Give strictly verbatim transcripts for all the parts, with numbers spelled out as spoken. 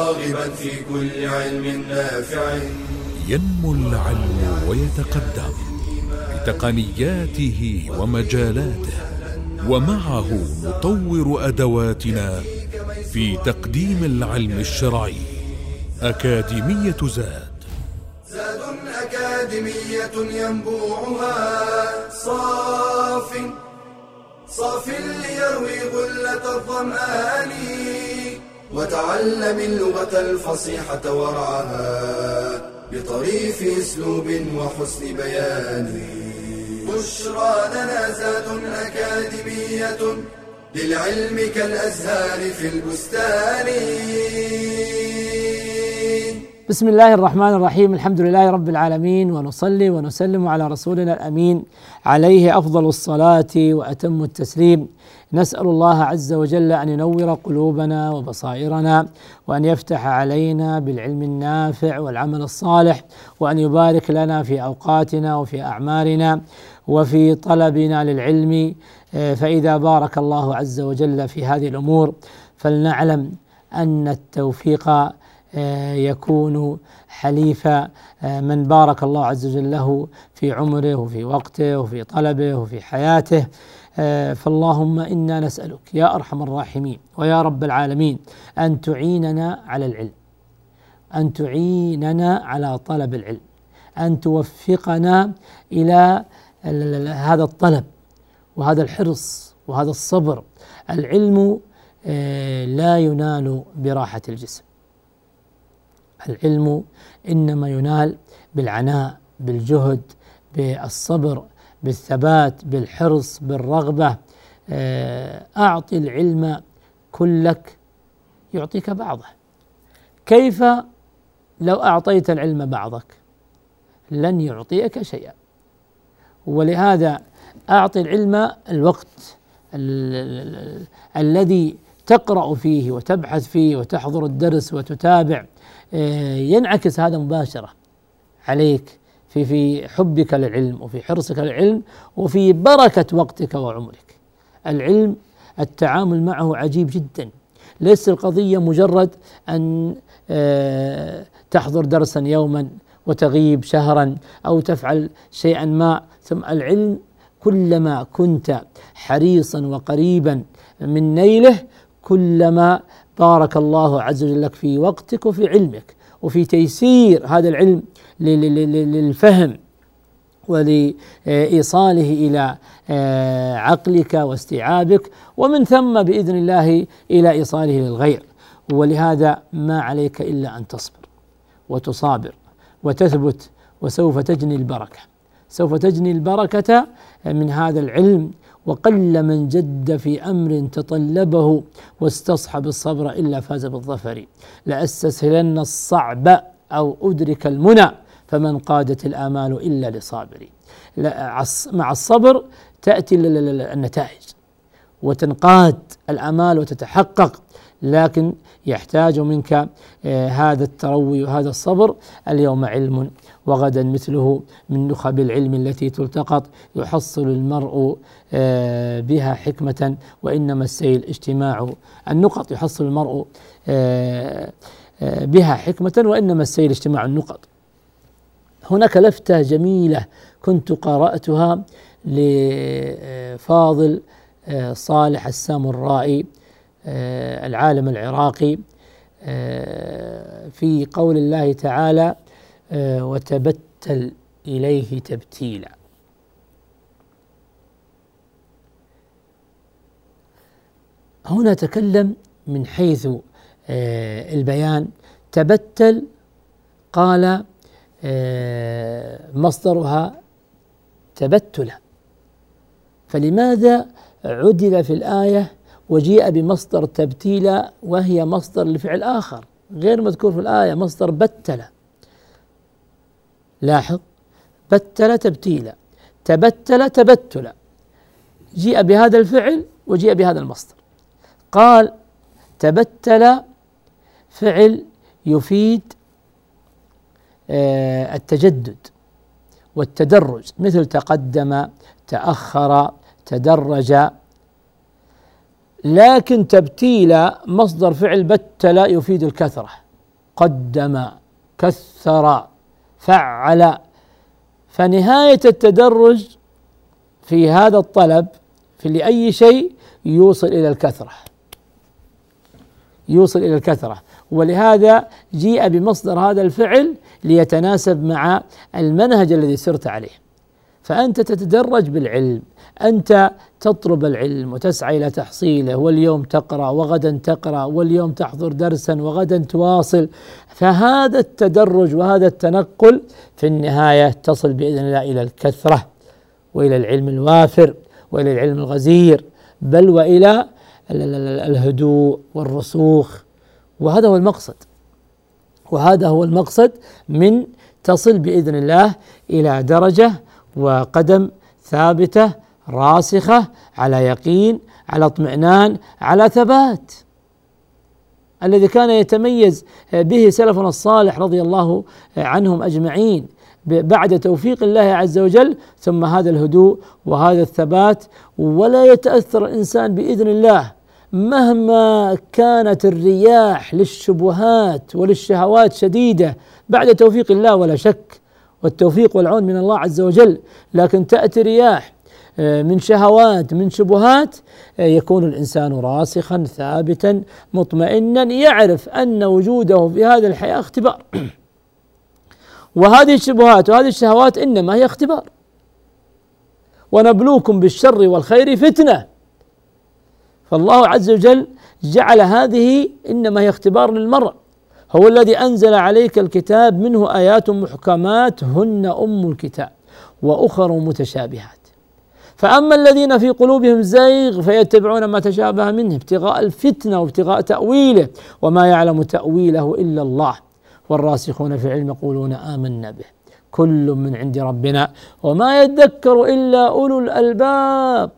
راغبا في كل علم نافع. ينمو العلم ويتقدم بتقنياته ومجالاته، ومعه نطور أدواتنا في تقديم العلم الشرعي. أكاديمية زاد، زاد أكاديمية ينبوعها صاف صاف ليروي غلة الظمآن، وتعلم اللغة الفصيحة ورعاها بطريف اسلوب وحسن بيان. بشرى لنا زاد أكاديمية للعلم كالأزهار في البستان. بسم الله الرحمن الرحيم، الحمد لله رب العالمين، ونصلي ونسلم على رسولنا الأمين عليه أفضل الصلاة وأتم التسليم. نسأل الله عز وجل أن ينور قلوبنا وبصائرنا، وأن يفتح علينا بالعلم النافع والعمل الصالح، وأن يبارك لنا في أوقاتنا وفي أعمالنا وفي طلبنا للعلم. فإذا بارك الله عز وجل في هذه الأمور فلنعلم أن التوفيق يكون حليف من بارك الله عز وجل له في عمره وفي وقته وفي طلبه وفي حياته. فاللهم إنا نسألك يا أرحم الراحمين ويا رب العالمين أن تعيننا على العلم، أن تعيننا على طلب العلم، أن توفقنا إلى هذا الطلب وهذا الحرص وهذا الصبر. العلم لا ينال براحة الجسم، العلم إنما ينال بالعناء، بالجهد، بالصبر، بالثبات، بالحرص، بالرغبة. أعطي العلم كلك يعطيك بعضه. كيف لو أعطيت العلم بعضك؟ لن يعطيك شيئا. ولهذا أعطي العلم الوقت الذي تقرأ فيه وتبحث فيه وتحضر الدرس وتتابع، ينعكس هذا مباشرة عليك في في حبك للعلم وفي حرصك للعلم وفي بركة وقتك وعمرك. العلم التعامل معه عجيب جدا، ليس القضية مجرد أن تحضر درسا يوما وتغيب شهرا أو تفعل شيئا ما. ثم العلم كلما كنت حريصا وقريبا من نيله كلما بارك الله عز وجل لك في وقتك وفي علمك وفي تيسير هذا العلم للفهم ولإيصاله إلى عقلك واستيعابك، ومن ثم بإذن الله إلى إيصاله للغير. ولهذا ما عليك إلا أن تصبر وتصابر وتثبت، وسوف تجني البركة، سوف تجني البركة من هذا العلم. وقل من جد في أمر تطلبه واستصحب الصبر إلا فاز بالظفر. لأستسهلن الصعب أو أدرك المنى فمن قادت الآمال إلا لصابري. مع الصبر تأتي النتائج وتنقاد الآمال وتتحقق، لكن يحتاج منك هذا التروي وهذا الصبر. اليوم علم وغدا مثله من نخب العلم التي تلتقط، يحصل المرء بها حكمة وإنما السيل اجتماع النقط. يحصل المرء بها حكمة وإنما السيل اجتماع النقط. هناك لفتة جميلة كنت قرأتها لفاضل صالح السامرائي العالم العراقي في قول الله تعالى وتبتل إليه تبتيلا. هنا تكلم من حيث البيان. تبتل قال مصدرها تبتلا، فلماذا عدل في الآية وجيء بمصدر تبتيلا وهي مصدر لفعل آخر غير مذكور في الآية، مصدر بتل؟ لاحظ، بتل تبتيلا، تبتل تبتلا، جيء بهذا الفعل وجيء بهذا المصدر. قال تبتل فعل يفيد التجدد والتدرج، مثل تقدم، تأخر، تدرج. لكن تبتيل مصدر فعل بتل يفيد الكثرة، قدم، كثر، فعل. فنهاية التدرج في هذا الطلب في لأي شيء يوصل إلى الكثرة، يوصل إلى الكثرة. ولهذا جيء بمصدر هذا الفعل ليتناسب مع المنهج الذي سرت عليه. فأنت تتدرج بالعلم، أنت تطلب العلم وتسعى إلى تحصيله، واليوم تقرأ وغدا تقرأ، واليوم تحضر درسا وغدا تواصل. فهذا التدرج وهذا التنقل في النهاية تصل بإذن الله إلى الكثرة وإلى العلم الوافر وإلى العلم الغزير، بل وإلى الهدوء والرسوخ. وهذا هو المقصد، وهذا هو المقصد من تصل بإذن الله إلى درجة وقدم ثابتة راسخة على يقين، على اطمئنان، على ثبات، الذي كان يتميز به سلفنا الصالح رضي الله عنهم أجمعين بعد توفيق الله عز وجل. ثم هذا الهدوء وهذا الثبات، ولا يتأثر الإنسان بإذن الله مهما كانت الرياح للشبهات وللشهوات شديدة بعد توفيق الله، ولا شك، والتوفيق والعون من الله عز وجل. لكن تأتي رياح من شهوات من شبهات، يكون الإنسان راسخا ثابتا مطمئنا، يعرف أن وجوده في هذه الحياة اختبار، وهذه الشبهات وهذه الشهوات إنما هي اختبار. ونبلوكم بالشر والخير فتنة. فالله عز وجل جعل هذه إنما هي اختبار للمرء. هو الذي أنزل عليك الكتاب منه آيات محكمات هن أم الكتاب وأخر متشابهات. فأما الذين في قلوبهم زيغ فيتبعون ما تشابه منه ابتغاء الفتنة وابتغاء تأويله وما يعلم تأويله إلا الله والراسخون في العلم يقولون آمنا به كل من عند ربنا وما يذكر إلا أولو الألباب.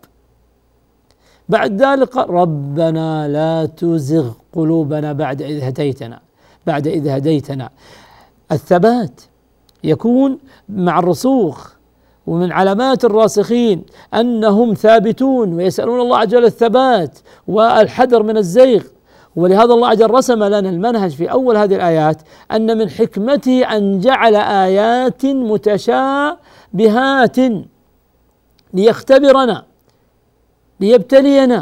بعد ذلك ربنا لا تزغ قلوبنا بعد إذ هديتنا بعد إذ هديتنا. الثبات يكون مع الرسوخ، ومن علامات الراسخين أنهم ثابتون ويسألون الله عز وجل الثبات والحذر من الزيغ. ولهذا الله عز وجل رسم لنا المنهج في أول هذه الآيات أن من حكمته أن جعل آيات متشابهات ليختبرنا ليبتلينا.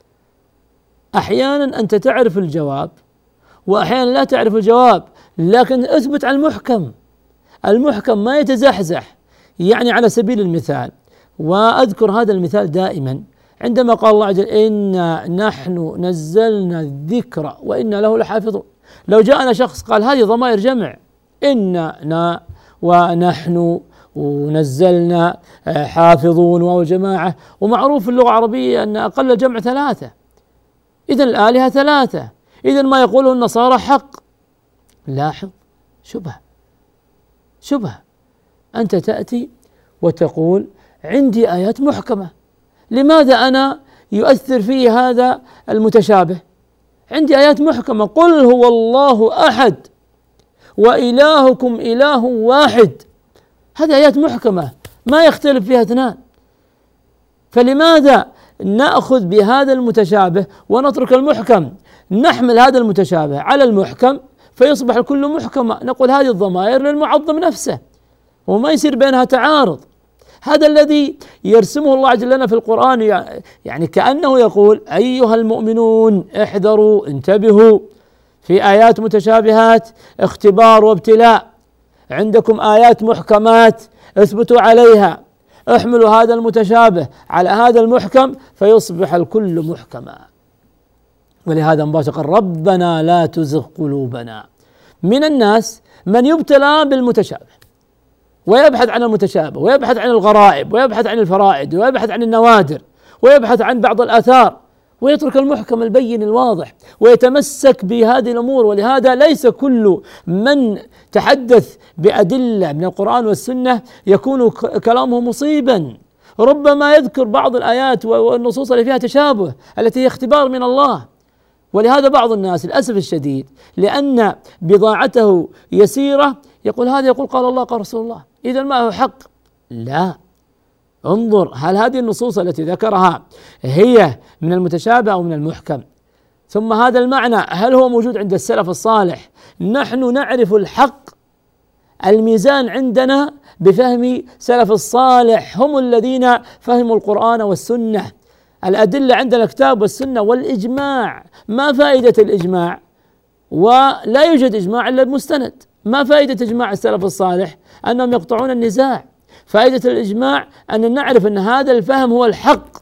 أحيانا أنت تعرف الجواب وأحيانا لا تعرف الجواب، لكن اثبت على المحكم. المحكم ما يتزحزح. يعني على سبيل المثال، وأذكر هذا المثال دائما، عندما قال الله عز وجل إنا نحن نزلنا الذكر وإنا له لحافظون. لو جاءنا شخص قال هذه ضمائر جمع، إنا ونحن ونزلنا حافظون واو جماعة، ومعروف في اللغة العربية أن أقل الجمع ثلاثة، إذن الآلهة ثلاثة، إذن ما يقوله النصارى حق. لاحظ شبهة شبهة. أنت تأتي وتقول عندي آيات محكمة، لماذا أنا يؤثر في هذا المتشابه؟ عندي آيات محكمة، قل هو الله أحد وإلهكم إله واحد، هذه آيات محكمة ما يختلف فيها اثنان. فلماذا نأخذ بهذا المتشابه ونترك المحكم؟ نحمل هذا المتشابه على المحكم فيصبح الكل محكمة، نقول هذه الضمائر للمعظم نفسه وما يصير بينها تعارض. هذا الذي يرسمه الله عز وجل لنا في القرآن، يعني كأنه يقول أيها المؤمنون احذروا انتبهوا، في آيات متشابهات اختبار وابتلاء، عندكم آيات محكمات اثبتوا عليها، احملوا هذا المتشابه على هذا المحكم فيصبح الكل محكما. ولهذا مباشرة ربنا لا تزغ قلوبنا. من الناس من يبتلى بالمتشابه ويبحث عن المتشابه ويبحث عن الغرائب ويبحث عن الفرائد ويبحث عن النوادر ويبحث عن بعض الآثار ويترك المحكم البين الواضح ويتمسك بهذه الأمور. ولهذا ليس كل من تحدث بأدلة من القرآن والسنة يكون كلامه مصيبا، ربما يذكر بعض الآيات والنصوص اللي فيها تشابه التي هي اختبار من الله. ولهذا بعض الناس للأسف الشديد لأن بضاعته يسيرة يقول هذا يقول قال الله قال رسول الله، إذا ما هو حق. لا، انظر هل هذه النصوص التي ذكرها هي من المتشابه أو من المحكم؟ ثم هذا المعنى هل هو موجود عند السلف الصالح؟ نحن نعرف الحق، الميزان عندنا بفهم سلف الصالح، هم الذين فهموا القرآن والسنة. الأدلة عندنا الكتاب والسنة والإجماع. ما فائدة الإجماع؟ ولا يوجد إجماع إلا بمستند. ما فائدة إجماع السلف الصالح؟ أنهم يقطعون النزاع. فائدة الإجماع أن نعرف أن هذا الفهم هو الحق،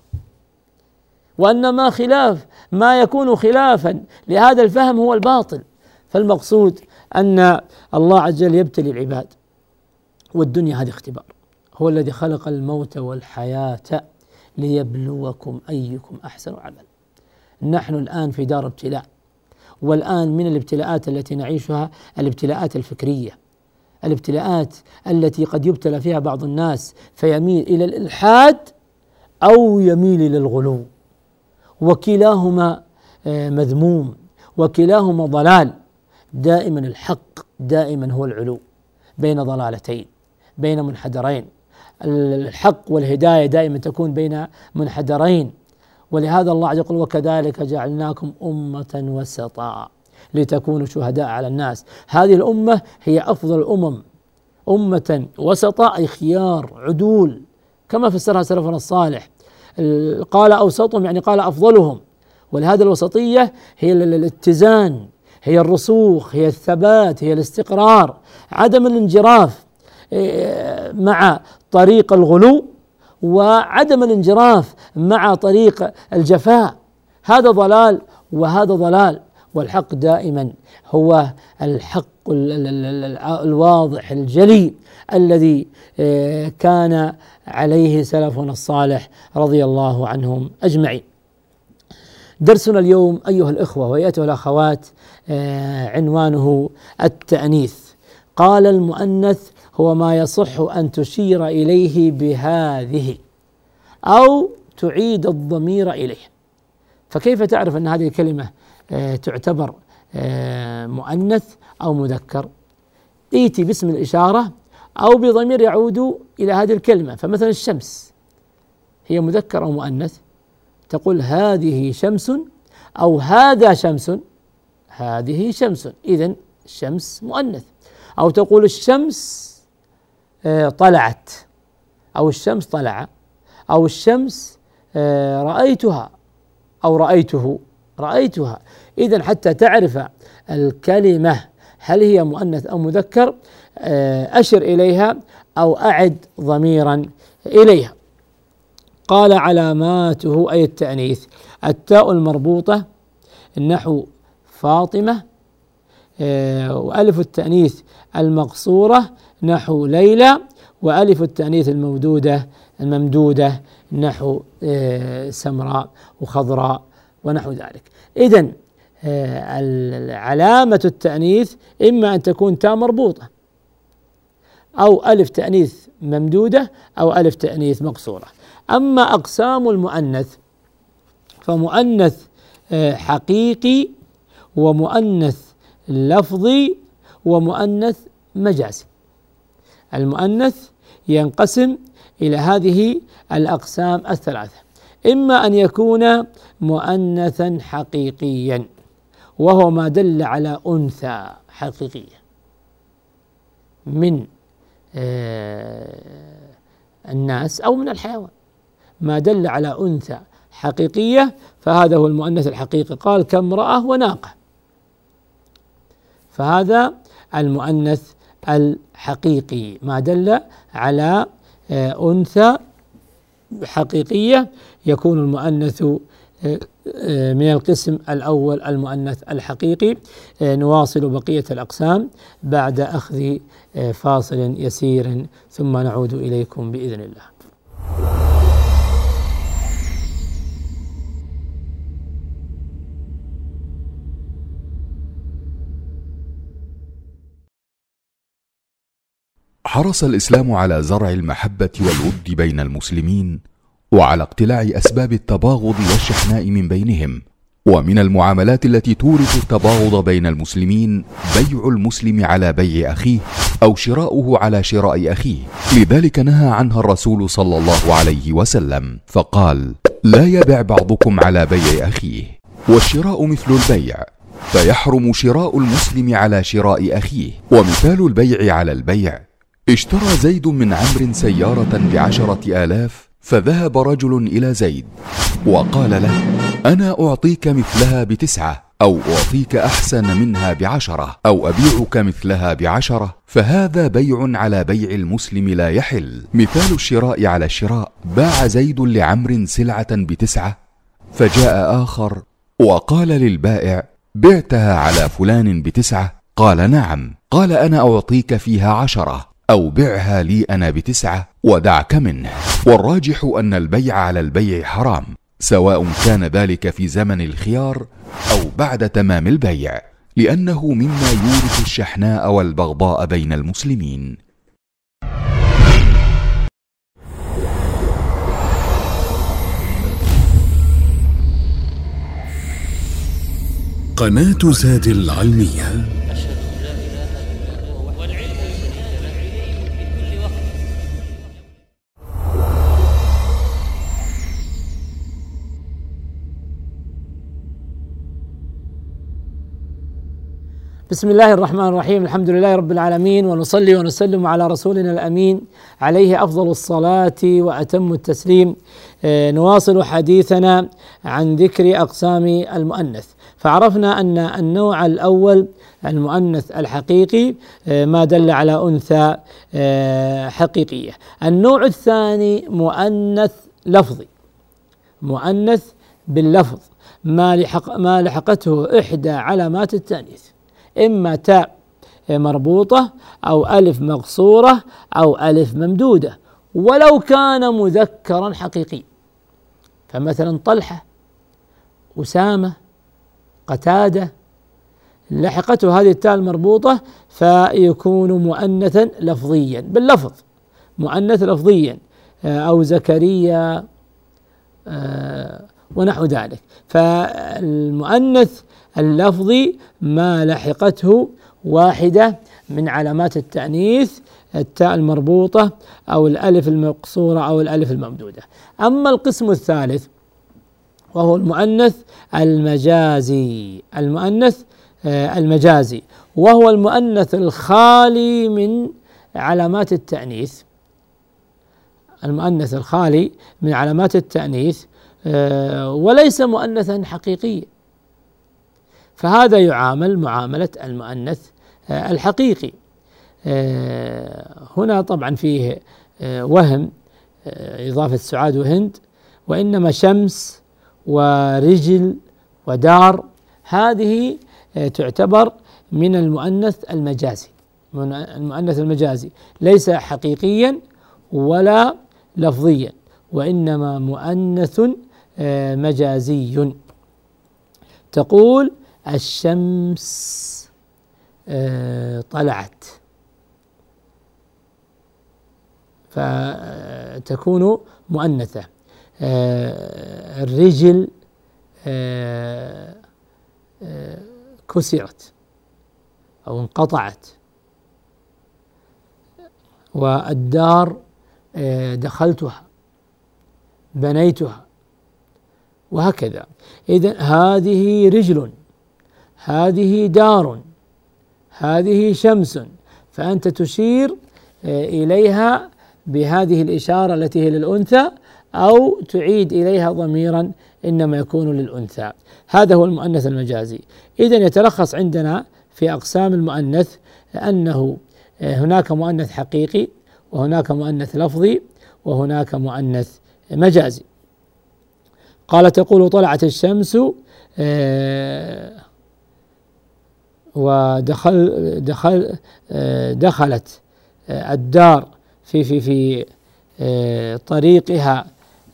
وأن ما خلاف ما يكون خلافا لهذا الفهم هو الباطل. فالمقصود أن الله عز وجل يبتلي العباد، والدنيا هذه اختبار. هو الذي خلق الموت والحياة ليبلوكم أيكم أحسن عمل. نحن الآن في دار ابتلاء، والآن من الابتلاءات التي نعيشها الابتلاءات الفكرية، الابتلاءات التي قد يبتلى فيها بعض الناس فيميل إلى الإلحاد أو يميل إلى الغلو، وكلاهما مذموم وكلاهما ضلال. دائما الحق دائما هو العلو بين ضلالتين، بين منحدرين. الحق والهداية دائما تكون بين منحدرين. ولهذا الله عز وجل يقول: وكذلك جعلناكم أمة وسطا لتكونوا شهداء على الناس. هذه الأمة هي أفضل الأمم، أمة وسطا أي خيار عدول، كما فسرها سلفنا الصالح. قال أوسطهم يعني قال أفضلهم. ولهذا الوسطية هي الاتزان، هي الرسوخ، هي الثبات، هي الاستقرار، عدم الانجراف مع طريق الغلو، وعدم الانجراف مع طريق الجفاء. هذا ضلال وهذا ضلال، والحق دائما هو الحق الواضح الجلي الذي كان عليه سلفنا الصالح رضي الله عنهم أجمعين. درسنا اليوم أيها الإخوة وأيتها الأخوات عنوانه التأنيث. قال المؤنث هو ما يصح أن تشير إليه بهذه أو تعيد الضمير إليه. فكيف تعرف أن هذه الكلمة تعتبر مؤنث أو مذكر؟ ائتي باسم الإشارة أو بضمير يعود إلى هذه الكلمة. فمثلا الشمس هي مذكر أو مؤنث؟ تقول هذه شمس أو هذا شمس، هذه شمس، إذن الشمس مؤنث. أو تقول الشمس طلعت، أو الشمس طلع، أو الشمس رأيتها، أو رأيته رأيتها. إذن حتى تعرف الكلمة هل هي مؤنث أو مذكر أشر إليها أو أعد ضميرا إليها. قال علاماته أي التأنيث: التاء المربوطة نحو فاطمة، وألف التأنيث المقصورة نحو ليلى، وألف التأنيث الممدودة الممدودة نحو سمراء وخضراء ونحو ذلك. إذن علامة التأنيث إما أن تكون تاء مربوطة أو ألف تأنيث ممدودة أو ألف تأنيث مقصورة. أما أقسام المؤنث فمؤنث حقيقي ومؤنث لفظي ومؤنث مجازي. المؤنث ينقسم إلى هذه الأقسام الثلاثة: إما أن يكون مؤنثا حقيقيا وهو ما دل على أنثى حقيقية من الناس أو من الحيوان، ما دل على أنثى حقيقية فهذا هو المؤنث الحقيقي. قال كامرأة وناقة، فهذا المؤنث الحقيقي ما دل على أنثى حقيقية، يكون المؤنث من القسم الأول المؤنث الحقيقي. نواصل بقية الأقسام بعد أخذ فاصل يسير ثم نعود إليكم بإذن الله. حرص الإسلام على زرع المحبة والود بين المسلمين، وعلى اقتلاع أسباب التباغض والشحناء من بينهم. ومن المعاملات التي تورث التباغض بين المسلمين بيع المسلم على بيع أخيه أو شراؤه على شراء أخيه، لذلك نهى عنها الرسول صلى الله عليه وسلم فقال: لا يبع بعضكم على بيع أخيه. والشراء مثل البيع، فيحرم شراء المسلم على شراء أخيه. ومثال البيع على البيع: اشترى زيد من عمرو سيارة بعشرة آلاف، فذهب رجل إلى زيد وقال له: أنا أعطيك مثلها بتسعة، أو أعطيك أحسن منها بعشرة، أو أبيعك مثلها بعشرة، فهذا بيع على بيع المسلم لا يحل. مثال الشراء على الشراء: باع زيد لعمرو سلعة بتسعة، فجاء آخر وقال للبائع: بعتها على فلان بتسعة؟ قال: نعم. قال: أنا أعطيك فيها عشرة، أو بعها لي أنا بتسعة ودعك منه. والراجح أن البيع على البيع حرام، سواء كان ذلك في زمن الخيار أو بعد تمام البيع، لأنه مما يورث الشحناء والبغضاء بين المسلمين. قناة زاد العلمية. بسم الله الرحمن الرحيم، الحمد لله رب العالمين، ونصلي ونسلم على رسولنا الأمين عليه أفضل الصلاة وأتم التسليم. نواصل حديثنا عن ذكر أقسام المؤنث. فعرفنا أن النوع الأول المؤنث الحقيقي ما دل على أنثى حقيقية. النوع الثاني مؤنث لفظي، مؤنث باللفظ، ما لحق ما لحقته إحدى علامات التأنيث، إما تاء مربوطة أو ألف مقصورة أو ألف ممدودة، ولو كان مذكرا حقيقي. فمثلا طلحة، أسامة، قتادة، لحقته هذه التاء المربوطة فيكون مؤنثا لفظيا باللفظ، مؤنث لفظيا، أو زكريا ونحو ذلك. فالمؤنث اللفظي ما لحقته واحدة من علامات التأنيث، التاء المربوطة أو الألف المقصورة أو الألف الممدودة. أما القسم الثالث وهو المؤنث المجازي، المؤنث المجازي وهو المؤنث الخالي من علامات التأنيث، المؤنث الخالي من علامات التأنيث وليس مؤنثا حقيقيا، فهذا يعامل معاملة المؤنث الحقيقي. هنا طبعا فيه وهم، إضافة سعاد وهند، وإنما شمس ورجل ودار هذه تعتبر من المؤنث المجازي، من المؤنث المجازي، ليس حقيقيا ولا لفظيا، وإنما مؤنث مجازي. تقول: الشمس طلعت، فتكون مؤنثة. الرجل كسرت أو انقطعت، والدار دخلتها، بنيتها، وهكذا. إذن هذه رجل، هذه دار، هذه شمس، فأنت تشير إليها بهذه الإشارة التي هي للأنثى، أو تعيد إليها ضميرا إنما يكون للأنثى. هذا هو المؤنث المجازي. إذن يتلخص عندنا في أقسام المؤنث أنه هناك مؤنث حقيقي، وهناك مؤنث لفظي، وهناك مؤنث مجازي. قال: تقول: طلعت الشمس ودخل دخل دخلت الدار في في في طريقها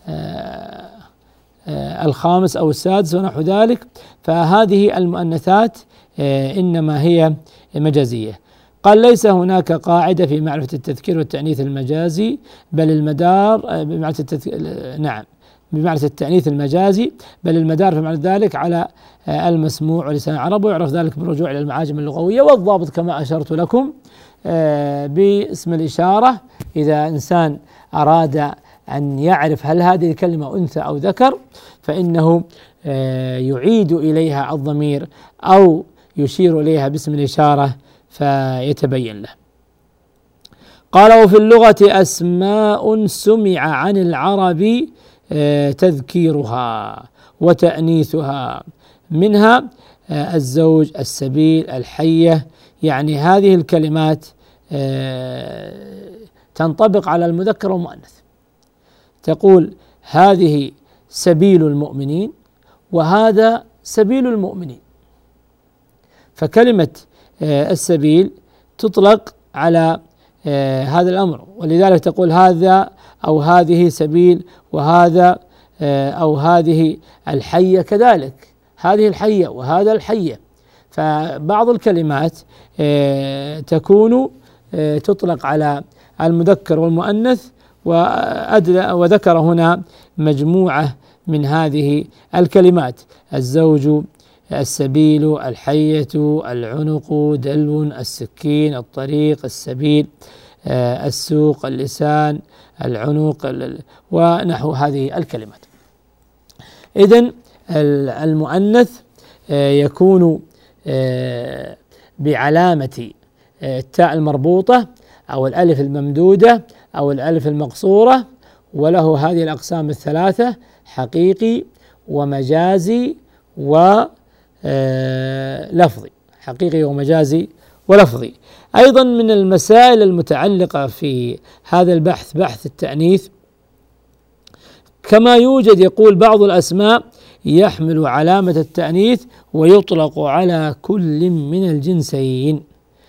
الخامس أو السادس ونحو ذلك. فهذه المؤنثات إنما هي مجازية. قال: ليس هناك قاعدة في معرفة التذكير والتأنيث المجازي، بل المدار بمعرفة التذكير نعم بمعرفة التأنيث المجازي، بل المدار في معنى ذلك على المسموع ولسان العرب، ويعرف ذلك بالرجوع إلى المعاجم اللغوية. والضابط كما أشرت لكم باسم الإشارة، إذا إنسان أراد أن يعرف هل هذه الكلمة أنثى أو ذكر فإنه يعيد إليها الضمير أو يشير إليها باسم الإشارة فيتبين له. قال وفي اللغة أسماء سمع عن العرب تذكيرها وتأنيثها، منها الزوج، السبيل، الحية. يعني هذه الكلمات تنطبق على المذكر والمؤنث. تقول هذه سبيل المؤمنين وهذا سبيل المؤمنين، فكلمة السبيل تطلق على هذا الأمر، ولذلك تقول هذا أو هذه سبيل، وهذا أو هذه الحية كذلك، هذه الحية وهذا الحية. فبعض الكلمات تكون تطلق على المذكر والمؤنث، وذكر هنا مجموعة من هذه الكلمات: الزوج، السبيل، الحية، العنق، دلو، السكين، الطريق، السبيل، السوق، اللسان، العنق، ونحو هذه الكلمات. إذن المؤنث يكون بعلامة التاء المربوطة أو الألف الممدودة أو الألف المقصورة، وله هذه الأقسام الثلاثة: حقيقي ومجازي ولفظي. حقيقي ومجازي ولفظي. أيضا من المسائل المتعلقة في هذا البحث بحث التأنيث، كما يوجد يقول بعض الأسماء يحمل علامة التأنيث ويطلق على كل من الجنسين،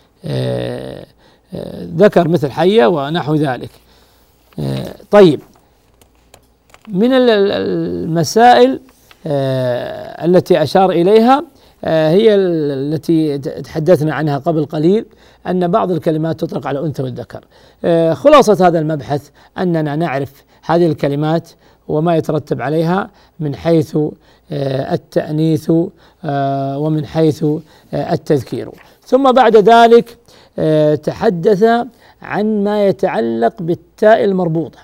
آآ آآ ذكر مثل حية ونحو ذلك. طيب، من المسائل التي أشار إليها هي التي تحدثنا عنها قبل قليل، أن بعض الكلمات تطلق على الأنثى والذكر. خلاصة هذا المبحث أننا نعرف هذه الكلمات وما يترتب عليها من حيث التأنيث ومن حيث التذكير. ثم بعد ذلك تحدث عن ما يتعلق بالتاء المربوطة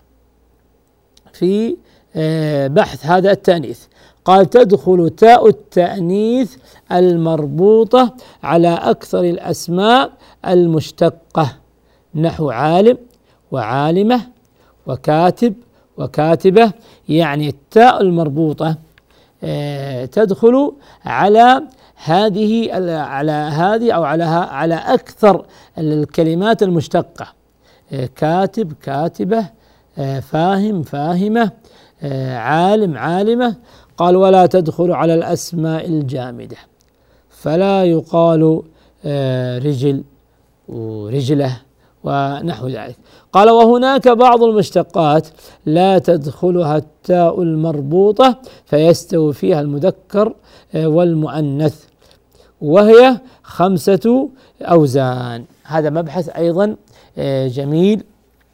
في بحث هذا التأنيث. قال تدخل تاء التأنيث المربوطة على أكثر الأسماء المشتقة، نحو عالم وعالمة وكاتب وكاتبة. يعني التاء المربوطة تدخل على هذه على هذه أو على على أكثر الكلمات المشتقة: كاتب، كاتبة، فاهم، فاهمة، عالم، عالمة. قال ولا تدخل على الأسماء الجامدة، فلا يقال رجل ورجلة ونحو ذلك. قال وهناك بعض المشتقات لا تدخلها التاء المربوطة فيستوي فيها المذكر والمؤنث، وهي خمسة أوزان. هذا مبحث أيضا جميل.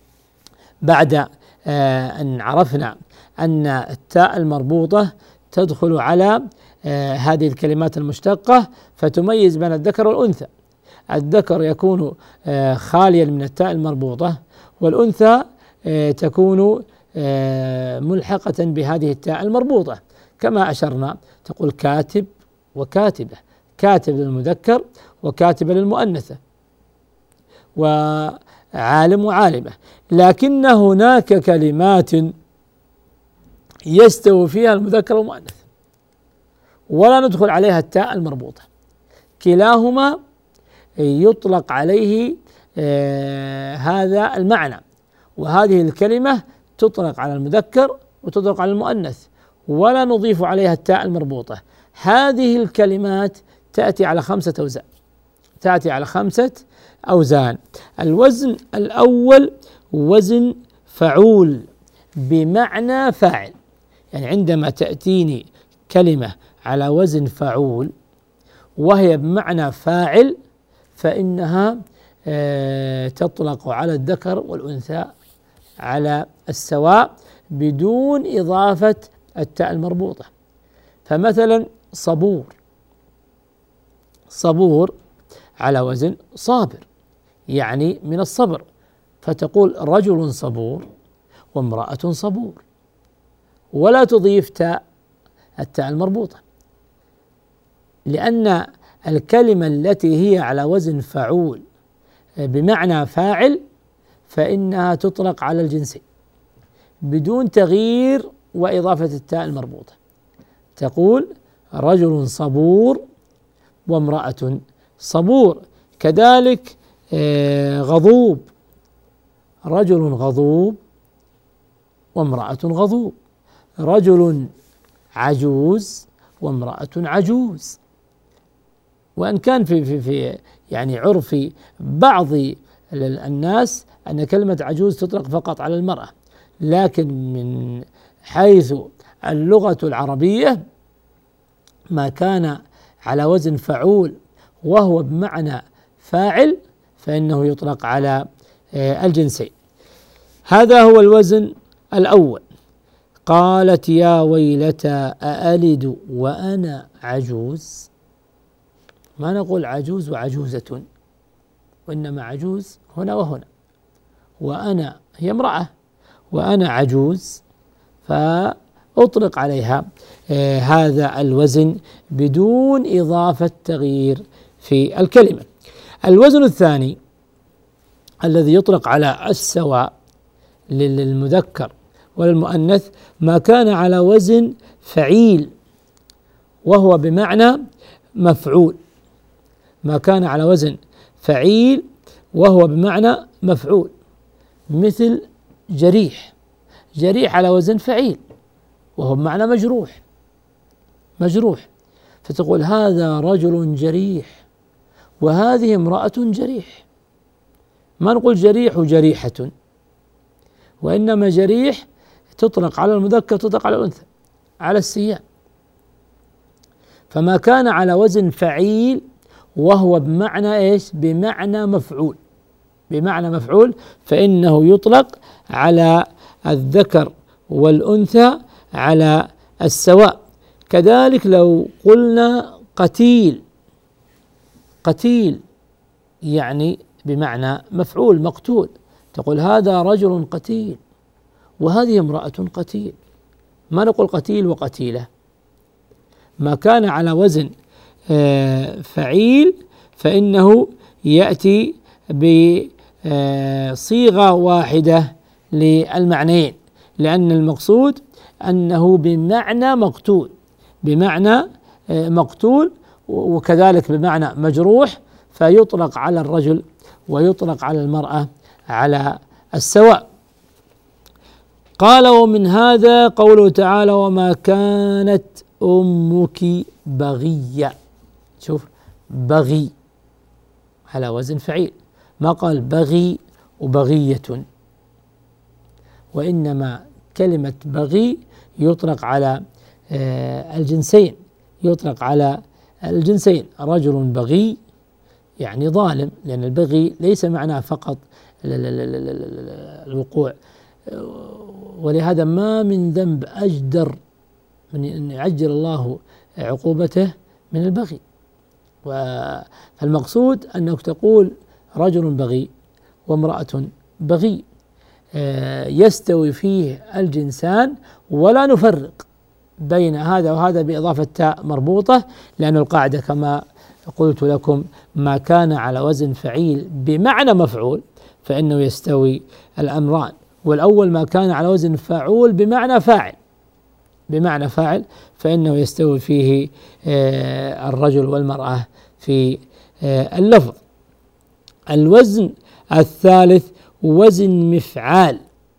بعد أن عرفنا أن التاء المربوطة تدخل على هذه الكلمات المشتقة فتميز بين الذكر والأنثى. الذكر يكون خاليا من التاء المربوطة، والأنثى تكون ملحقة بهذه التاء المربوطة، كما أشرنا. تقول كاتب وكاتبة، كاتب للمذكر وكاتبة للمؤنثة، وعالم وعالمة. لكن هناك كلمات يستوي فيها المذكر والمؤنث ولا ندخل عليها التاء المربوطة، كلاهما يطلق عليه آه هذا المعنى، وهذه الكلمة تطلق على المذكر وتطلق على المؤنث ولا نضيف عليها التاء المربوطة. هذه الكلمات تأتي على خمسة أوزان، تأتي على خمسة أوزان. الوزن الأول وزن فعول بمعنى فاعل، يعني عندما تأتيني كلمة على وزن فعول وهي بمعنى فاعل فإنها تطلق على الذكر والأنثى على السواء بدون إضافة التاء المربوطة. فمثلا صبور، صبور على وزن صابر، يعني من الصبر، فتقول رجل صبور، وامرأة صبور، ولا تضيف تاء التاء المربوطة، لأن الكلمة التي هي على وزن فعول بمعنى فاعل فإنها تطلق على الجنسين بدون تغيير وإضافة التاء المربوطة. تقول رجل صبور وامرأة صبور. كذلك غضوب، رجل غضوب وامرأة غضوب. رجل عجوز وامرأة عجوز. وإن كان في في في يعني عرف بعض الناس أن كلمة عجوز تطلق فقط على المرأة، لكن من حيث اللغة العربية ما كان على وزن فعول وهو بمعنى فاعل فإنه يطلق على الجنسين. هذا هو الوزن الأول. قالت يا ويلتى أألد وأنا عجوز. ما نقول عجوز وعجوزة، وإنما عجوز هنا وهنا، وأنا هي امرأة وأنا عجوز، فأطلق عليها آه هذا الوزن بدون إضافة تغيير في الكلمة. الوزن الثاني الذي يطلق على السواء للمذكر وللمؤنث ما كان على وزن فعيل وهو بمعنى مفعول. ما كان على وزن فعيل وهو بمعنى مفعول، مثل جريح. جريح على وزن فعيل وهو بمعنى مجروح. مجروح فتقول هذا رجل جريح وهذه امرأة جريح. ما نقول جريح وجريحة، وإنما جريح تطلق على المذكر تطلق على الأنثى على السياق. فما كان على وزن فعيل وهو بمعنى ايش؟ بمعنى مفعول. بمعنى مفعول فإنه يطلق على الذكر والأنثى على السواء. كذلك لو قلنا قتيل، قتيل يعني بمعنى مفعول مقتول، تقول هذا رجل قتيل وهذه امرأة قتيل. ما نقول قتيل وقتيلة. ما كان على وزن فعيل فإنه يأتي بصيغة واحدة للمعنيين، لأن المقصود أنه بمعنى مقتول، بمعنى مقتول وكذلك بمعنى مجروح، فيطلق على الرجل ويطلق على المرأة على السواء. قال ومن هذا قوله تعالى وما كانت أمك بغية. شوف بغي على وزن فعيل، ما قال بغي وبغية، وإنما كلمة بغي يطلق على الجنسين، يطلق على الجنسين. رجل بغي يعني ظالم، لأن البغي ليس معناه فقط الوقوع، ولهذا ما من ذنب أجدر من أن يعجل الله عقوبته من البغي. فالمقصود أنك تقول رجل بغي وامرأة بغي يستوي فيه الجنسان، ولا نفرق بين هذا وهذا بإضافة تاء مربوطة، لأن القاعدة كما قلت لكم ما كان على وزن فعيل بمعنى مفعول فإنه يستوي الأمران، والأول ما كان على وزن فاعول بمعنى فاعل، بمعنى فاعل فإنه يستوي فيه الرجل والمرأة في اللفظ. الوزن الثالث وزن مفعال.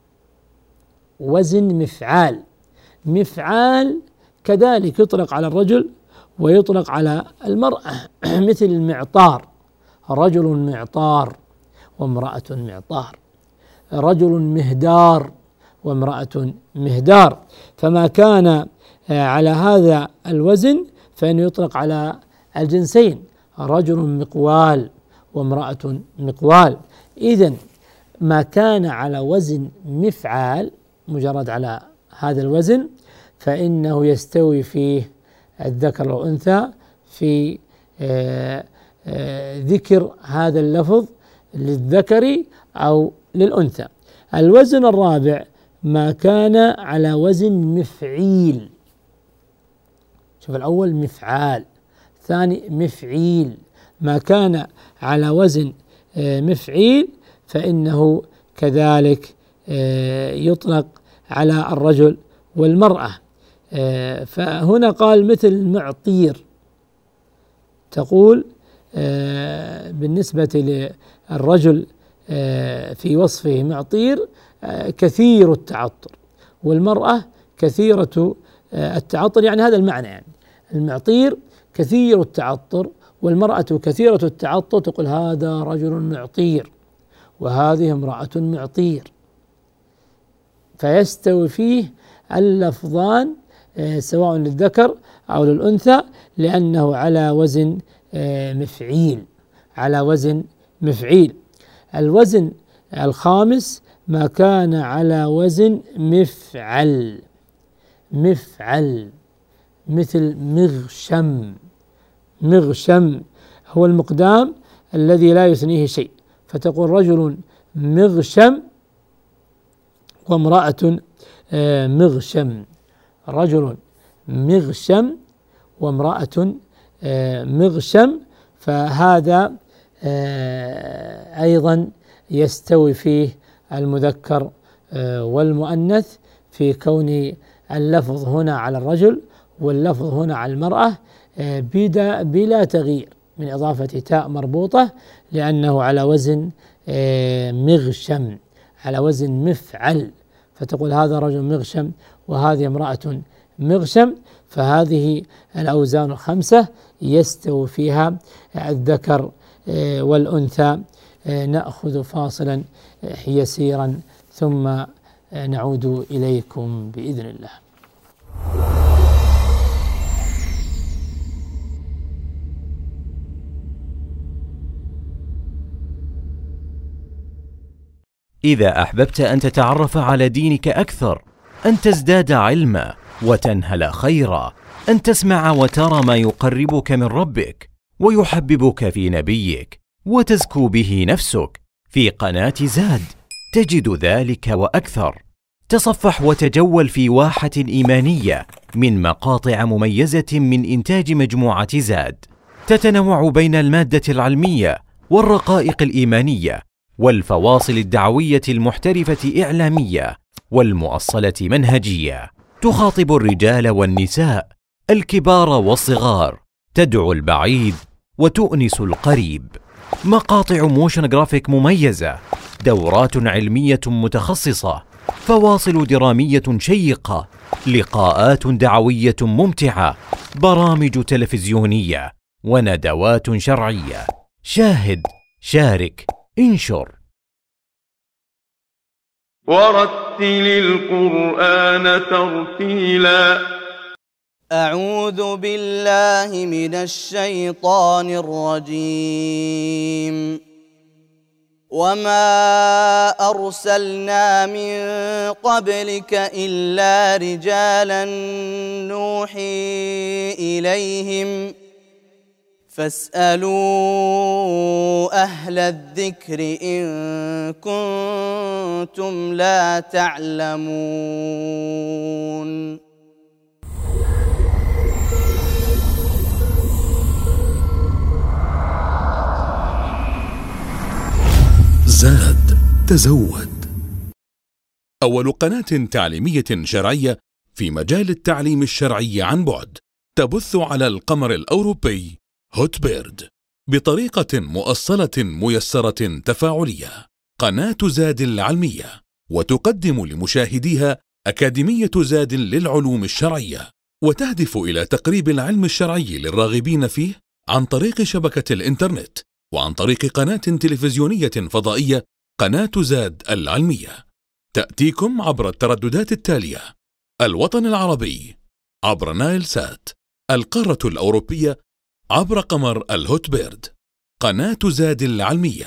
وزن مفعال، مفعال كذلك يطلق على الرجل ويطلق على المرأة، مثل المعطار. رجل معطار وامرأة معطار. رجل مهدار وامرأة مهدار. فما كان على هذا الوزن فإنه يطلق على الجنسين، رجل مقوال وامرأة مقوال. إذن ما كان على وزن مفعال مجرد على هذا الوزن فإنه يستوي فيه الذكر والأنثى في آآ آآ ذكر هذا اللفظ للذكر أو للأنثى. الوزن الرابع ما كان على وزن مفعيل. شوف الأول مفعال، ثاني مفعيل. ما كان على وزن مفعيل فإنه كذلك يطلق على الرجل والمرأة. فهنا قال مثل معطير، تقول بالنسبة للرجل في وصفه معطير كثير التعطر، والمرأة كثيرة التعطر، يعني هذا المعنى. يعني المعطير كثير التعطر والمرأة كثيرة التعطر، تقول هذا رجل معطير وهذه امرأة معطير، فيستوي فيه اللفظان سواء للذكر أو للأنثى، لأنه على وزن مفعيل، على وزن مفعيل. الوزن الخامس ما كان على وزن مفعل. مفعل مثل مغشم. مغشم هو المقدام الذي لا يثنيه شيء، فتقول رجل مغشم وامرأة مغشم. رجل مغشم وامرأة مغشم، فهذا أيضا يستوي فيه المذكر والمؤنث في كون اللفظ هنا على الرجل واللفظ هنا على المرأة بلا تغيير من إضافة تاء مربوطة، لأنه على وزن مغشم، على وزن مفعل. فتقول هذا رجل مغشم وهذه امرأة مغشم، فهذه الأوزان الخمسة يستوي فيها الذكر والأنثى. نأخذ فاصلا يسيرا ثم نعود إليكم بإذن الله. إذا أحببت أن تتعرف على دينك أكثر، أن تزداد علما وتنهل خيرا، أن تسمع وترى ما يقربك من ربك ويحببك في نبيك وتزكو به نفسك، في قناة زاد تجد ذلك وأكثر. تصفح وتجول في واحة إيمانية من مقاطع مميزة من إنتاج مجموعة زاد، تتنوع بين المادة العلمية والرقائق الإيمانية والفواصل الدعوية المحترفة إعلامية والمؤصلة منهجية، تخاطب الرجال والنساء، الكبار والصغار، تدعو البعيد وتؤنس القريب. مقاطع موشن جرافيك مميزة، دورات علمية متخصصة، فواصل درامية شيقة، لقاءات دعوية ممتعة، برامج تلفزيونية وندوات شرعية. شاهد، شارك، انشر. ورتل القرآن ترتيلا. أعوذ بالله من الشيطان الرجيم. وما أرسلنا من قبلك إلا رجالا نوحي إليهم فاسألوا أهل الذكر إن كنتم لا تعلمون. زاد، تزود. أول قناة تعليمية شرعية في مجال التعليم الشرعي عن بعد، تبث على القمر الأوروبي هوت بيرد بطريقة مؤصلة ميسرة تفاعلية. قناة زاد العلمية، وتقدم لمشاهديها أكاديمية زاد للعلوم الشرعية، وتهدف إلى تقريب العلم الشرعي للراغبين فيه عن طريق شبكة الإنترنت وعن طريق قناة تلفزيونية فضائية، قناة زاد العلمية. تأتيكم عبر الترددات التالية: الوطن العربي عبر نايل سات، القارة الأوروبية عبر قمر الهوت بيرد. قناة زاد العلمية.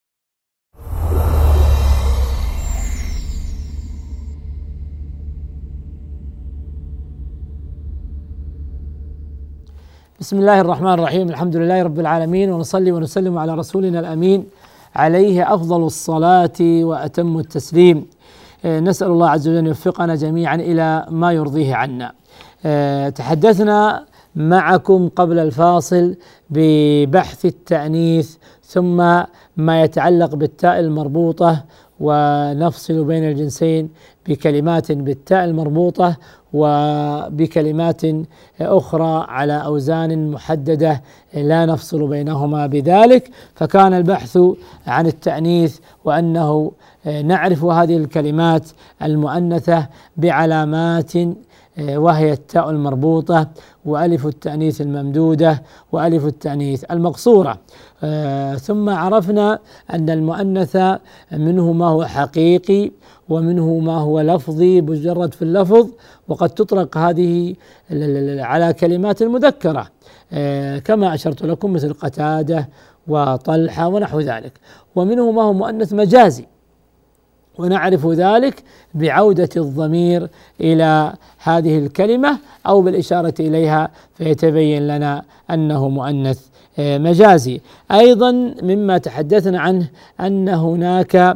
بسم الله الرحمن الرحيم، الحمد لله رب العالمين، ونصلي ونسلم على رسولنا الأمين عليه أفضل الصلاة وأتم التسليم. نسأل الله عز وجل أن يوفقنا جميعا إلى ما يرضيه عنا. تحدثنا معكم قبل الفاصل ببحث التأنيث ثم ما يتعلق بالتاء المربوطة، ونفصل بين الجنسين بكلمات بالتاء المربوطة وبكلمات أخرى على أوزان محددة لا نفصل بينهما بذلك. فكان البحث عن التأنيث وأنه نعرف هذه الكلمات المؤنثة بعلامات، وهي التاء المربوطة وألف التأنيث الممدودة وألف التأنيث المقصورة. آه ثم عرفنا أن المؤنث منه ما هو حقيقي ومنه ما هو لفظي مجرد في اللفظ، وقد تطلق هذه على كلمات المذكرة آه كما أشرت لكم مثل قتادة وطلحة ونحو ذلك. ومنه ما هو مؤنث مجازي، ونعرف ذلك بعودة الضمير إلى هذه الكلمة أو بالإشارة إليها فيتبين لنا أنه مؤنث مجازي. أيضا مما تحدثنا عنه أن هناك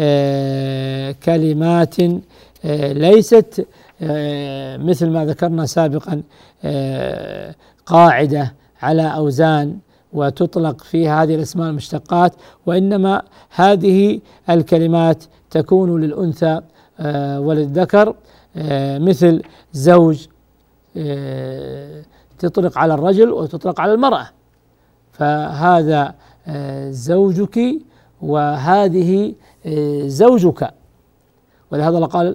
كلمات ليست مثل ما ذكرنا سابقا قاعدة على أوزان وتطلق فيها هذه الأسماء المشتقات، وإنما هذه الكلمات تكون للأنثى وللذكر، مثل زوج تطلق على الرجل وتطلق على المرأة، فهذا زوجك وهذه زوجك. ولهذا قال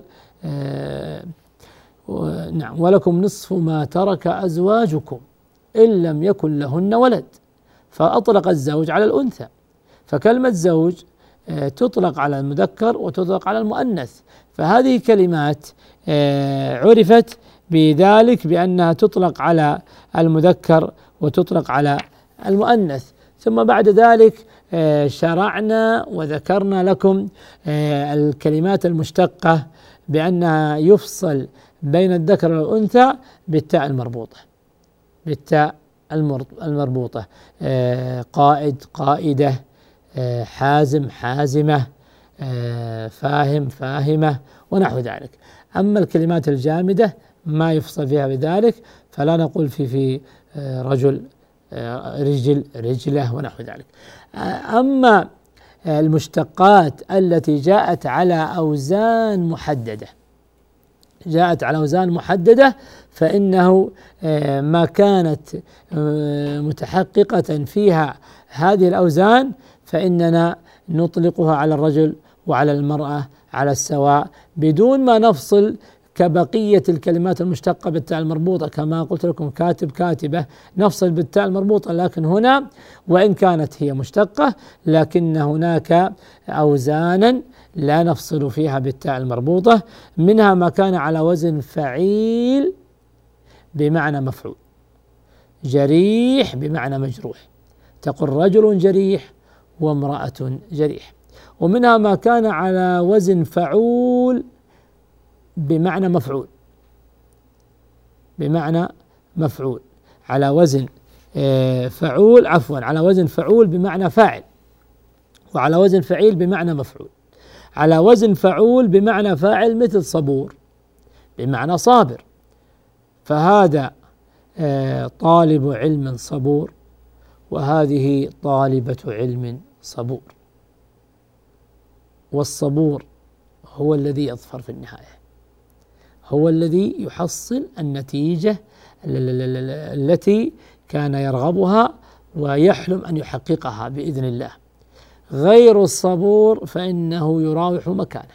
نعم ولكم نصف ما ترك أزواجكم إن لم يكن لهن ولد، فأطلق الزوج على الأنثى. فكلمة زوج تطلق على المذكر وتطلق على المؤنث، فهذه كلمات عرفت بذلك بأنها تطلق على المذكر وتطلق على المؤنث. ثم بعد ذلك شرعنا وذكرنا لكم الكلمات المشتقة بأنها يفصل بين الذكر والأنثى بالتاء المربوطة، بالتاء المربوطة، قائد قائدة، حازم حازمة، فاهم فاهمة ونحو ذلك. أما الكلمات الجامدة ما يفصل فيها بذلك، فلا نقول في في رجل رجل رجله ونحو ذلك. أما المشتقات التي جاءت على أوزان محددة جاءت على أوزان محددة فإنه ما كانت متحققة فيها هذه الأوزان فإننا نطلقها على الرجل وعلى المرأة على السواء بدون ما نفصل كبقية الكلمات المشتقة بالتاء المربوطة. كما قلت لكم كاتب كاتبة نفصل بالتاء المربوطة، لكن هنا وإن كانت هي مشتقة لكن هناك أوزانا لا نفصل فيها بالتاء المربوطة، منها ما كان على وزن فعيل بمعنى مفعول، جريح بمعنى مجروح، تقول رجل جريح وامرأة جريح. ومنها ما كان على وزن فعول بمعنى مفعول، بمعنى مفعول على وزن فعول عفوا على وزن فعول بمعنى فاعل، وعلى وزن فعيل بمعنى مفعول. على وزن فعول بمعنى فاعل مثل صبور بمعنى صابر، فهذا طالب علم صبور وهذه طالبة علم صبور. والصبور هو الذي يظفر في النهاية، هو الذي يحصل النتيجة التي كان يرغبها ويحلم أن يحققها بإذن الله. غير الصبور فإنه يراوح مكانه.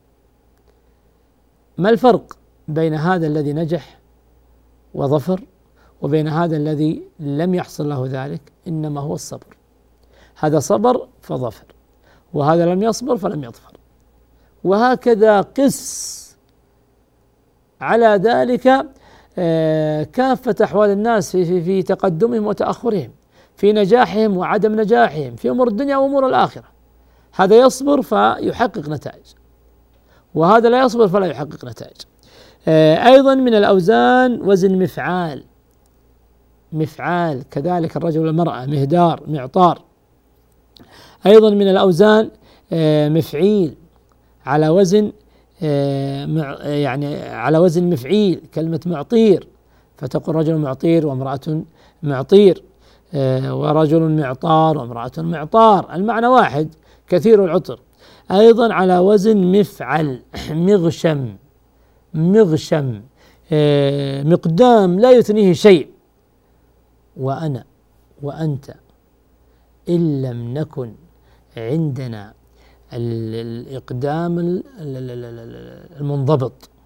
ما الفرق بين هذا الذي نجح وظفر وبين هذا الذي لم يحصل له ذلك؟ إنما هو الصبر. هذا صبر فظفر، وهذا لم يصبر فلم يظفر، وهكذا قس على ذلك كافة أحوال الناس في, في, في تقدمهم وتأخرهم، في نجاحهم وعدم نجاحهم، في أمور الدنيا وأمور الآخرة. هذا يصبر فيحقق نتائج، وهذا لا يصبر فلا يحقق نتائج. أيضا من الأوزان وزن مفعال، مفعال كذلك الرجل والمرأة، مهدار معطار. أيضا من الأوزان مفعيل على وزن يعني على وزن مفعيل، كلمة معطير، فتقول رجل معطير وامرأة معطير، ورجل معطار وامرأة معطار، المعنى واحد كثير العطر. أيضا على وزن مفعل، مغشم، مغشم، مقدام لا يثنيه شيء. وأنا وأنت إن لم نكن عندنا الإقدام المنضبط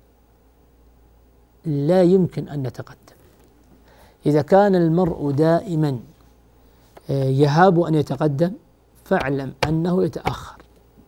لا يمكن أن نتقدم. إذا كان المرء دائما يهاب أن يتقدم فاعلم أنه يتأخر،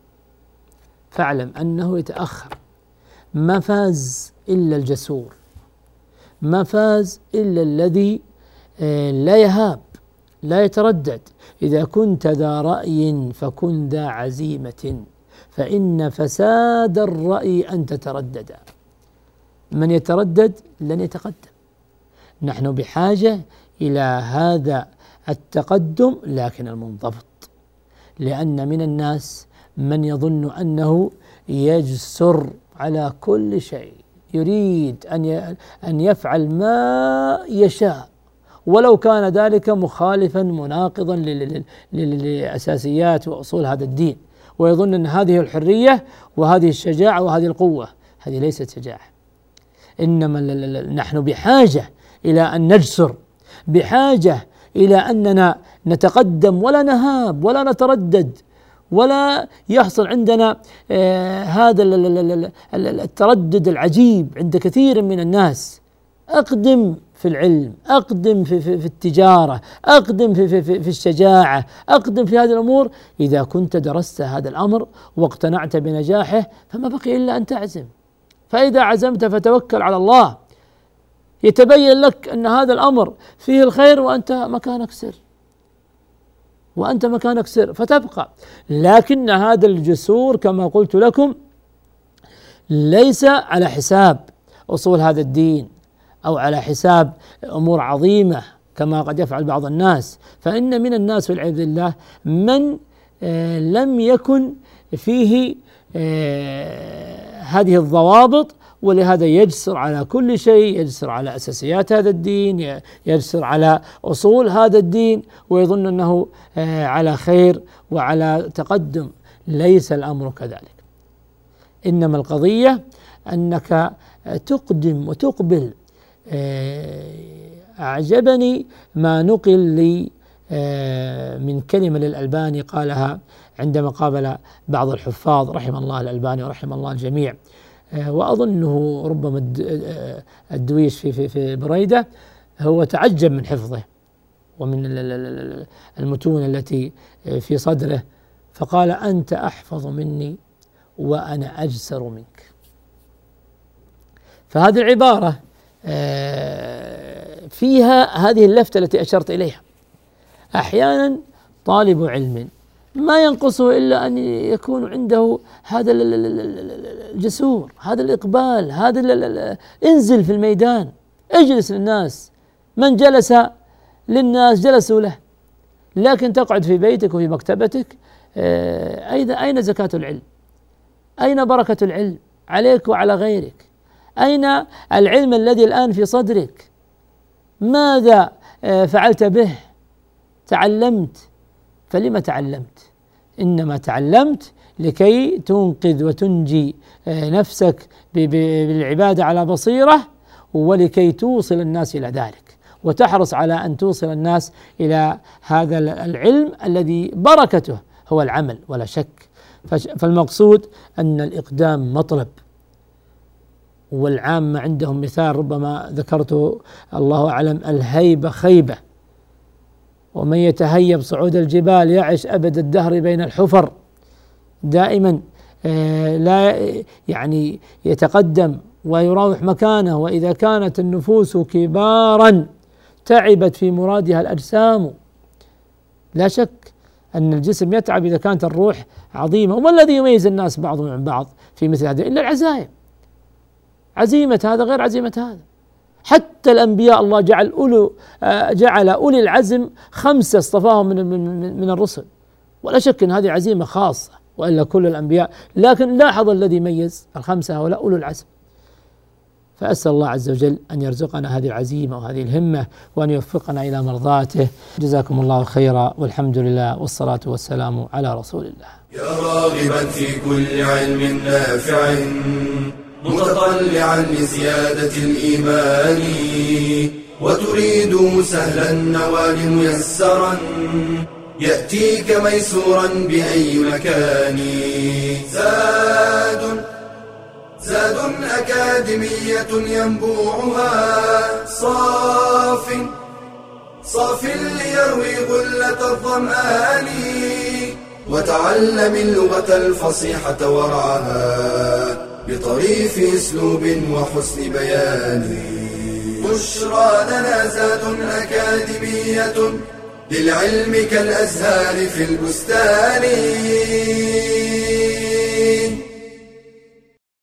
فاعلم أنه يتأخر. ما فاز إلا الجسور، ما فاز إلا الذي لا يهاب لا يتردد. إذا كنت ذا رأي فكن ذا عزيمة، فإن فساد الرأي أن تتردد. من يتردد لن يتقدم. نحن بحاجة إلى هذا التقدم لكن المنضبط، لأن من الناس من يظن أنه يجسر على كل شيء، يريد أن أن يفعل ما يشاء ولو كان ذلك مخالفا مناقضا لأساسيات وأصول هذا الدين، ويظن أن هذه الحرية وهذه الشجاعة وهذه القوة. هذه ليست شجاعة، إنما نحن بحاجة إلى أن نجسر، بحاجة إلى أننا نتقدم ولا نهاب ولا نتردد، ولا يحصل عندنا آه هذا التردد العجيب عند كثير من الناس. أقدم في العلم، أقدم في, في, في التجارة، أقدم في, في, في, في الشجاعة، أقدم في هذه الأمور. إذا كنت درست هذا الأمر واقتنعت بنجاحه فما بقي إلا أن تعزم. فإذا عزمت فتوكل على الله، يتبين لك أن هذا الأمر فيه الخير وأنت مكانك سر، وأنت مكانك سر فتبقى. لكن هذا الجسور كما قلت لكم ليس على حساب أصول هذا الدين أو على حساب أمور عظيمة كما قد يفعل بعض الناس. فإن من الناس والعياذ بالله من آه لم يكن فيه آه هذه الضوابط، ولهذا يجسر على كل شيء، يجسر على أساسيات هذا الدين، يجسر على أصول هذا الدين، ويظن أنه آه على خير وعلى تقدم. ليس الأمر كذلك، إنما القضية أنك تقدم وتقبل. أعجبني ما نقل لي من كلمة للألباني قالها عندما قابل بعض الحفاظ رحم الله الألباني ورحم الله الجميع، وأظنه ربما الدويش في في في بريدة، هو تعجب من حفظه ومن المتون التي في صدره، فقال: أنت أحفظ مني وأنا أجسر منك. فهذه العبارة فيها هذه اللفتة التي أشرت إليها. أحيانا طالب علم ما ينقصه إلا أن يكون عنده هذا الجسور، هذا الإقبال، هذا انزل في الميدان، اجلس للناس. من جلس للناس جلسوا له. لكن تقعد في بيتك وفي مكتبتك، أين أين زكاة العلم؟ أين بركة العلم عليك وعلى غيرك؟ أين العلم الذي الآن في صدرك؟ ماذا فعلت به؟ تعلمت، فلما تعلمت؟ إنما تعلمت لكي تنقذ وتنجي نفسك بالعبادة على بصيرة، ولكي توصل الناس إلى ذلك، وتحرص على أن توصل الناس إلى هذا العلم الذي بركته هو العمل ولا شك. فالمقصود أن الإقدام مطلب، والعامة عندهم مثال ربما ذكرته الله أعلم: الهيبة خيبة، ومن يتهيب صعود الجبال يعش أبد الدهر بين الحفر. دائما لا يعني يتقدم ويراوح مكانه. وإذا كانت النفوس كبارا تعبت في مرادها الأجسام. لا شك أن الجسم يتعب إذا كانت الروح عظيمة. وما الذي يميز الناس بعضهم عن بعض في مثل هذا إلا العزائم. عزيمة هذا غير عزيمة هذا. حتى الأنبياء الله جعل أولو جعل أولي العزم خمسة اصطفاهم من من من الرسل، ولا شك أن هذه عزيمة خاصة وإلا كل الأنبياء، لكن لاحظ الذي ميز الخمسة هؤلاء أولو العزم. فأسأل الله عز وجل أن يرزقنا هذه العزيمة وهذه الهمة وأن يوفقنا إلى مرضاته. جزاكم الله خيرا، والحمد لله والصلاة والسلام على رسول الله. يا راغبا في كل علم نافع متطلعا لزيادة الإيمان وتريد سهلا النوال ميسرا يأتيك ميسورا بأي مكان. زاد زاد أكاديمية ينبوعها صاف صاف ليروي غلة الظمآن وتعلم اللغة الفصيحة ورعاها بطريف أسلوب وحسن بيان. بشرى لنا زاد أكاديمية للعلم كالأزهار في البستان.